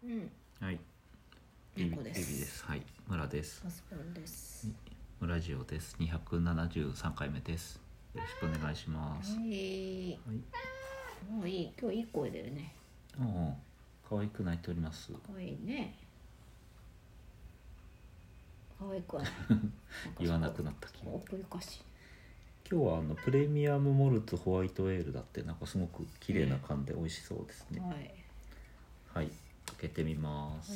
うん。 はい。 猫です。 エビです。はい。村です。 パソコンです。 村ジオです。273回目です。よろしくお願いします。 はい。 はい。 もういい。今日いい声だよね。 可愛く泣いております。 可愛いね。可愛くはない。 言わなくなった気が。 奥ゆかしい。 今日はプレミアムモルツホワイトエールだって、なんかすごく綺麗な缶で美味しそうですね。 はい。 はい。開けてみます。 はい。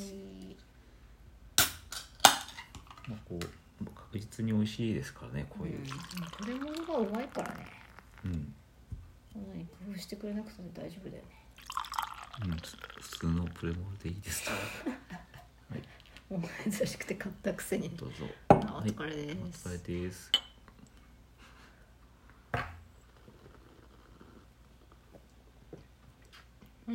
まあ、こう確実に美味しいですからね、こういう。 取れ物がうまいからね。 うん。 そんなに工夫してくれなくても大丈夫だよね。 うん。普通のプレモルでいいです。はい。 もう珍しくて買ったくせに。 どうぞ。 お疲れです。 お疲れです。 うん。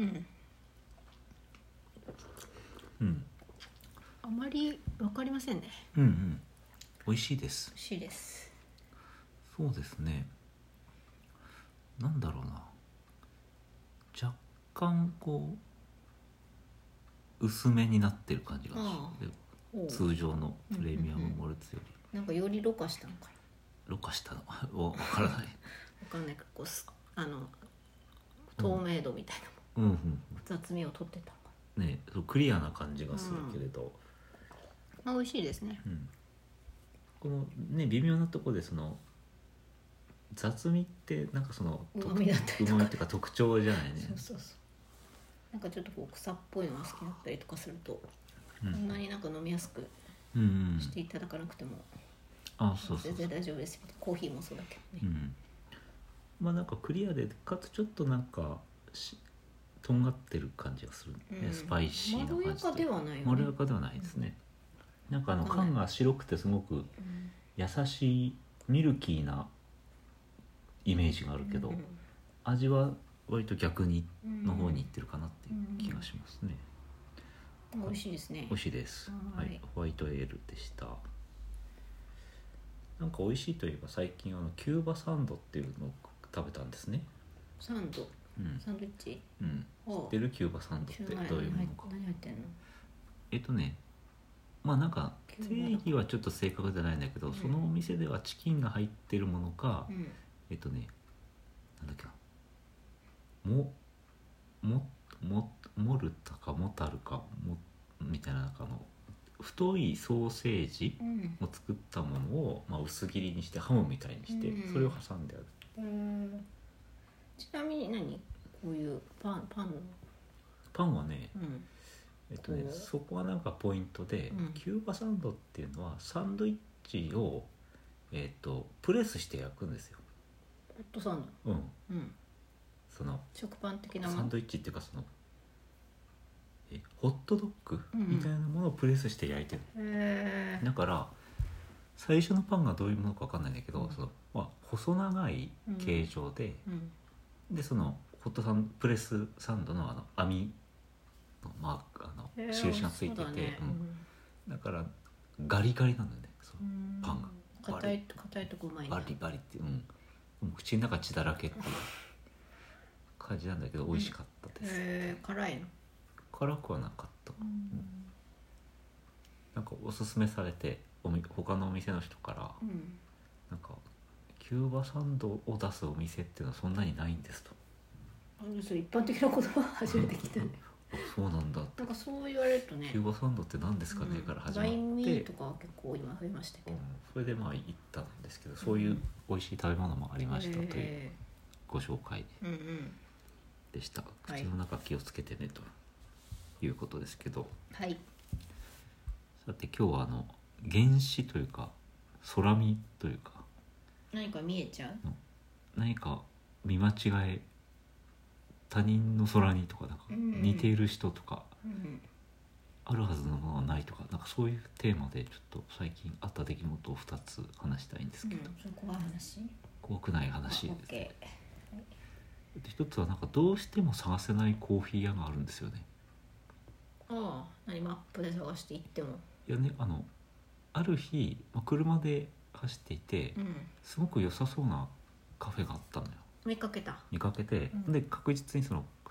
うん。 あまりわかりませんね。 うんうん。美味しいです。 美味しいです。 そうですね。なんだろうな。若干こう薄めになってる感じがする。通常のプレミアムモルツより。 なんかよりろ過したのかな。 ろ過したのわからない。わかんないけど、こう透明度みたいな雑味を取ってたのかね、クリアな感じがするけれど、 まあ美味しいですね。 このね微妙なところでその雑味ってなんかそのうまみだったりとか、 っていうか特徴じゃないね。 そうなんかちょっとこう草っぽいのが好きだったりとかすると、こんなになんか飲みやすくしていただかなくても、全然大丈夫ですみたいな。コーヒーもそうだけどね。 まあなんかクリアでかつちょっとなんかとんがってる感じがする、スパイシーな感じで。まろやかではないよね。まろやかではないですね。なんか缶が白くてすごく優しいミルキーなイメージがあるけど、味は割と逆にの方にいってるかなっていう気がしますね。 美味しいですね。 美味しいです。はい、ホワイトエールでした。なんか美味しいといえば最近キューバサンドっていうのを食べたんですね。 サンド、サンドイッチ、 知ってる？キューバサンドってどういうものか。 何入ってんの？ まあなんか定義はちょっと正確じゃないんだけど、そのお店ではチキンが入ってるものか、なんだっけな、モルタかモタルかみたいな、なんか太いソーセージを作ったものを、薄切りにしてハムみたいにして、それを挟んである。 ちなみにこういうパンはね、そこはなんかポイントで、キューバサンドっていうのはサンドイッチを、プレスして焼くんですよ。 ホットサンド。その食パン的なサンドイッチっていうか、そのホットドッグみたいなものをプレスして焼いてる。だから最初のパンがどういうものか分かんないんだけど、細長い形状で、でそのホットプレスサンドの網の印がついてて、だからガリガリなんだよね、そのパンが。 硬いとこうまいな。 バリバリって、もう口の中血だらけっていう感じなんだけど美味しかったです。 辛いの？ 辛くはなかった。なんかおすすめされて他のお店の人から、なんかキューバサンドを出すお店っていうのはそんなにないんですと。 それ一般的な言葉初めて聞いたね。 そうなんだって。 なんかそう言われるとね、 キューバサンドって何ですかね、から始まって、バインミーとかは結構今増えましたけど、 それで行ったんですけど、そういう美味しい食べ物もありましたというご紹介でした。口の中気をつけてねということですけど、 はい。 さて今日は原子というか空見というか、 何か見えちゃう？ 何か見間違え、他人の空にとか、なんか似ている人とか、あるはずのものはないとか、なんかそういうテーマでちょっと最近あった出来事を2つ話したいんですけど、 怖い話？ 怖くない話ですね。一つはなんかどうしても探せないコーヒー屋があるんですよね。 マップで探して行っても。 いやね、ある日、車で走っていて、すごく良さそうなカフェがあったのよ。 見かけて、 で確実にその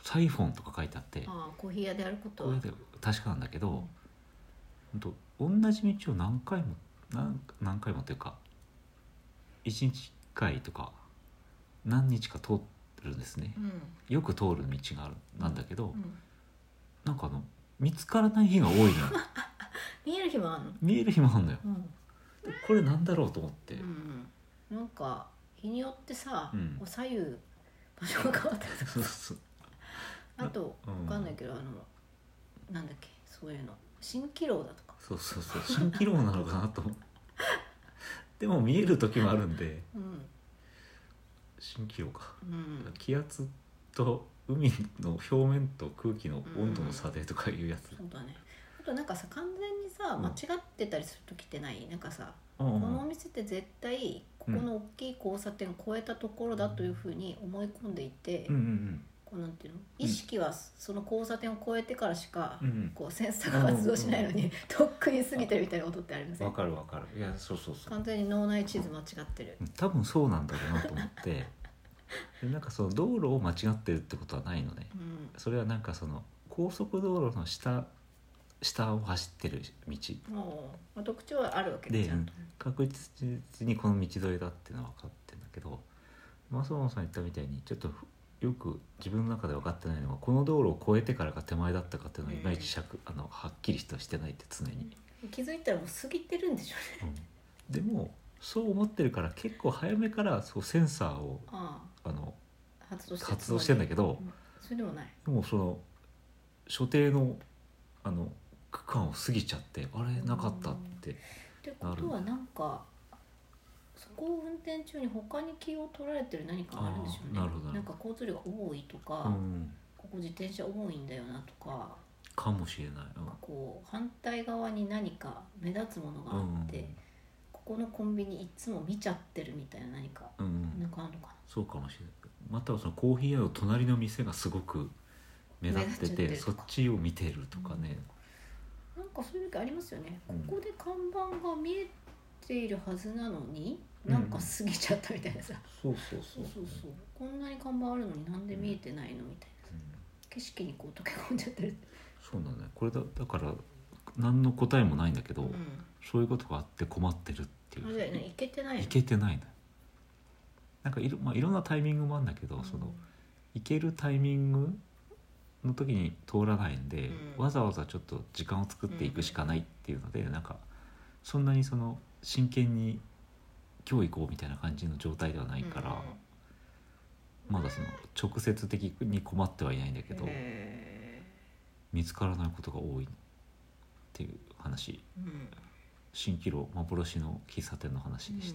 サイフォンとか書いてあって、 コーヒー屋であることは確かなんだけど、同じ道を何回もというか1日1回とか何日か通るんですね、よく通る道があるなんだけど、なんか見つからない日が多いのよ見える日もあるの？ 見える日もあるのよ、これなんだろうと思って、 なんか日によってさ、左右場所が変わったりとかあと分かんないけどなんだっけ、そういうの蜃気楼だとか、 そう蜃気楼なのかなと思ってでも見える時もあるんで、蜃気楼か、気圧と海の表面と空気の温度の差でとかいうやつ、 そうだね。あとなんかさ、完全にさ間違ってたりする時ってない？なんかさ、このお店って絶対ここの大きい交差点を越えたところだというふうに思い込んでいて、こうなんていうの、意識はその交差点を越えてからしか、こうセンサーが発動しないのにとっくに過ぎてるみたいなことってありません？ わかる。いやそう完全に脳内地図間違ってる。 多分そうなんだろうなと思ってでなんかその道路を間違ってるってことはないのね、それはなんかその高速道路の下を走ってる道特徴はあるわけで、確実にこの道沿いだっていうのは分かってるんだけど、マソモンさん言ったみたいにちょっとよく自分の中で分かってないのは、この道路を越えてからが手前だったかっていうのがいまいちはっきりとしてないって、常に気づいたらもう過ぎてるんでしょうね、 でもそう思ってるから結構早めからそうセンサーを発動してんだけど、 それでもない。 でもその所定の区間を過ぎちゃって、あれなかったってってことはなんかそこを運転中に他に気を取られてる何かがあるんでしょうね。なんか交通量が多いとか、ここ自転車多いんだよなとかもしれない、 こう反対側に何か目立つものがあって、ここのコンビニいつも見ちゃってるみたいな何か、なんかあるのかな。 そうかもしれない。またはそのコーヒー屋の隣の店がすごく目立っててそっちを見てるとかね、 なんかそういう時ありますよね、ここで看板が見えているはずなのに、なんか過ぎちゃったみたいなさ、そうこんなに看板あるのになんで見えてないのみたいなさ、景色にこう溶け込んじゃってる。 そうなんだね。これだから何の答えもないんだけど、そういうことがあって困ってるっていう。 あれだよね、いけてないの。 いけてないの。なんかいろんなタイミングもあるんだけど、その行けるタイミングの時に通らないんで、わざわざちょっと時間を作っていくしかないっていうので、なんかそんなにその真剣に今日行こうみたいな感じの状態ではないから、まだその直接的に困ってはいないんだけど、見つからないことが多いっていう話、蜃気楼幻の喫茶店の話でした、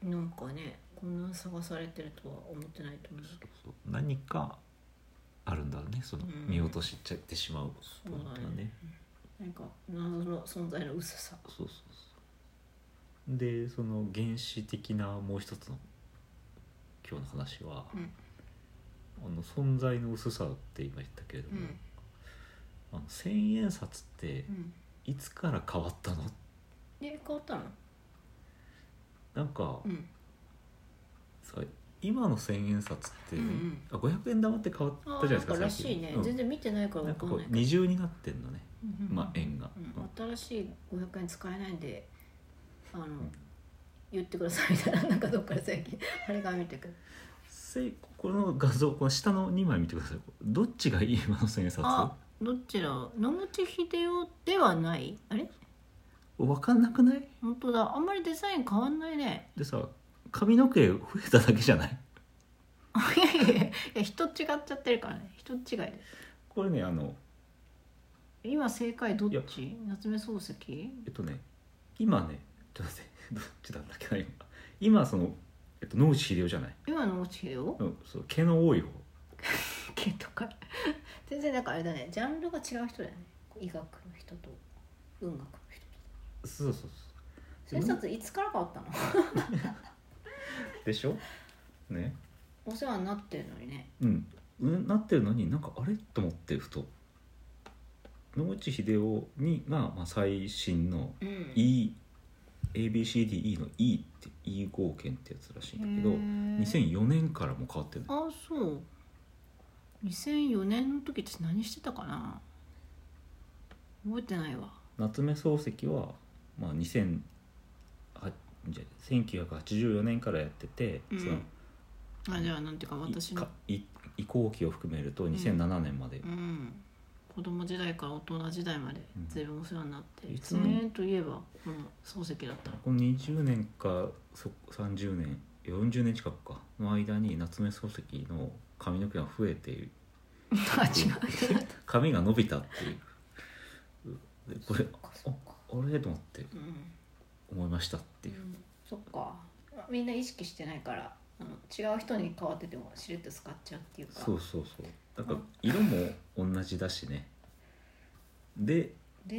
なんかね、こんな探されてるとは思ってないと思うけど、 何かあるんだろうね、その見落としちゃってしまうポイントがね、 なんか謎の存在の薄さ。 でその原始的なもう一つの今日の話は、存在の薄さって今言ったけれども、千円札っていつから変わったの？ 変わったの？ なんか、さ今の千円札って、500円玉って変わったじゃないですか。 らしいね、全然見てないから分かんないけど、 二重になってんのね、円が、 新しい500円使えないんで言ってくださいみたいな、なんかどっかで最近あれが見てくる。 この画像、この下の2枚見てください。どっちがいい今の千円札？ どっちだ？野口英世ではない？あれ？ 分かんなくない？ 本当だ、あんまりデザイン変わんないね。 でさ、髪の毛増えただけじゃない？ いや人違っちゃってるからね、人違いです。 これね、 今正解どっち？夏目漱石？ 今ね、ちょっと待って、どっちなんだっけな今その野口英世じゃない？今野口英世？ そう、毛の多い方。 毛とか全然なんかあれだね、ジャンルが違う人だよね。医学の人と文学の人と。 そう千円札いつから変わったの？ でしょね。 お世話になってるのにね。 なってるのに、なんかあれと思ってふと野口英世が最新の ABCDE の E って E 合憲ってやつらしいんだけど、2004年からも変わってる。 そう。 2004年の時って何してたかな、覚えてないわ。 夏目漱石は、まあ、1984年からやってて、 うん、そのじゃあなんていうか私の移行期を含めると2007年まで、 子供時代から大人時代まで随分お世話になって、1年といえばこの漱石だった。 この20年か30年40年近くかの間に夏目漱石の髪の毛が増えている違う髪が伸びたっていう、これあれと思って思いましたっていう、 そっか、みんな意識してないから違う人に変わっててもしれっと使っちゃうっていうか。 そうだから色も同じだしね。で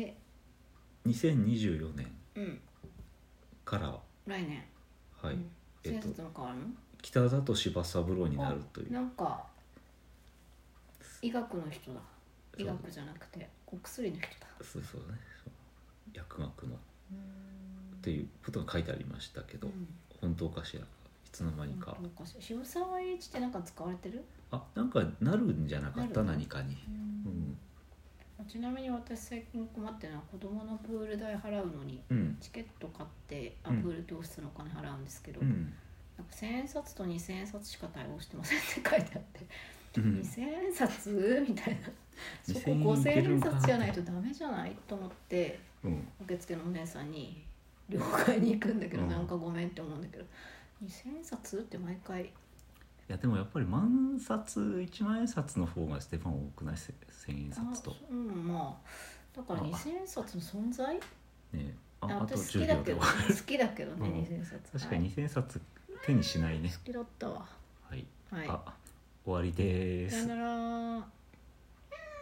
2024年から来年、 はい、 千円札も変わるの？ 北里柴三郎になるという。 なんか医学の人だ。医学じゃなくてお薬の人だ。 そうね、薬学のっていうことが書いてありましたけど、本当かしら、いつの間にか。 渋沢栄一ってなんか使われてる？ なんかなるんじゃなかった？何かに。 ちなみに私最近困ってるのは、子供のプール代払うのにチケット買ってプール教室のお金払うんですけど、なんか1000円札と2000円札しか対応してませんって書いてあって、2000円札みたいな、そこ5000円札じゃないとダメじゃないと思って、受付のお姉さんに両替に行くんだけど、なんかごめんって思うんだけど、2000円札って毎回。 いやでもやっぱり万札1万円札の方がステファン多くない？1000円札と。 まあだから2000円札の存在ね、 私好きだけどね、2000円札。 確かに2000円札手にしないね。 好きだったわ。 はい、終わりです。 さよなら。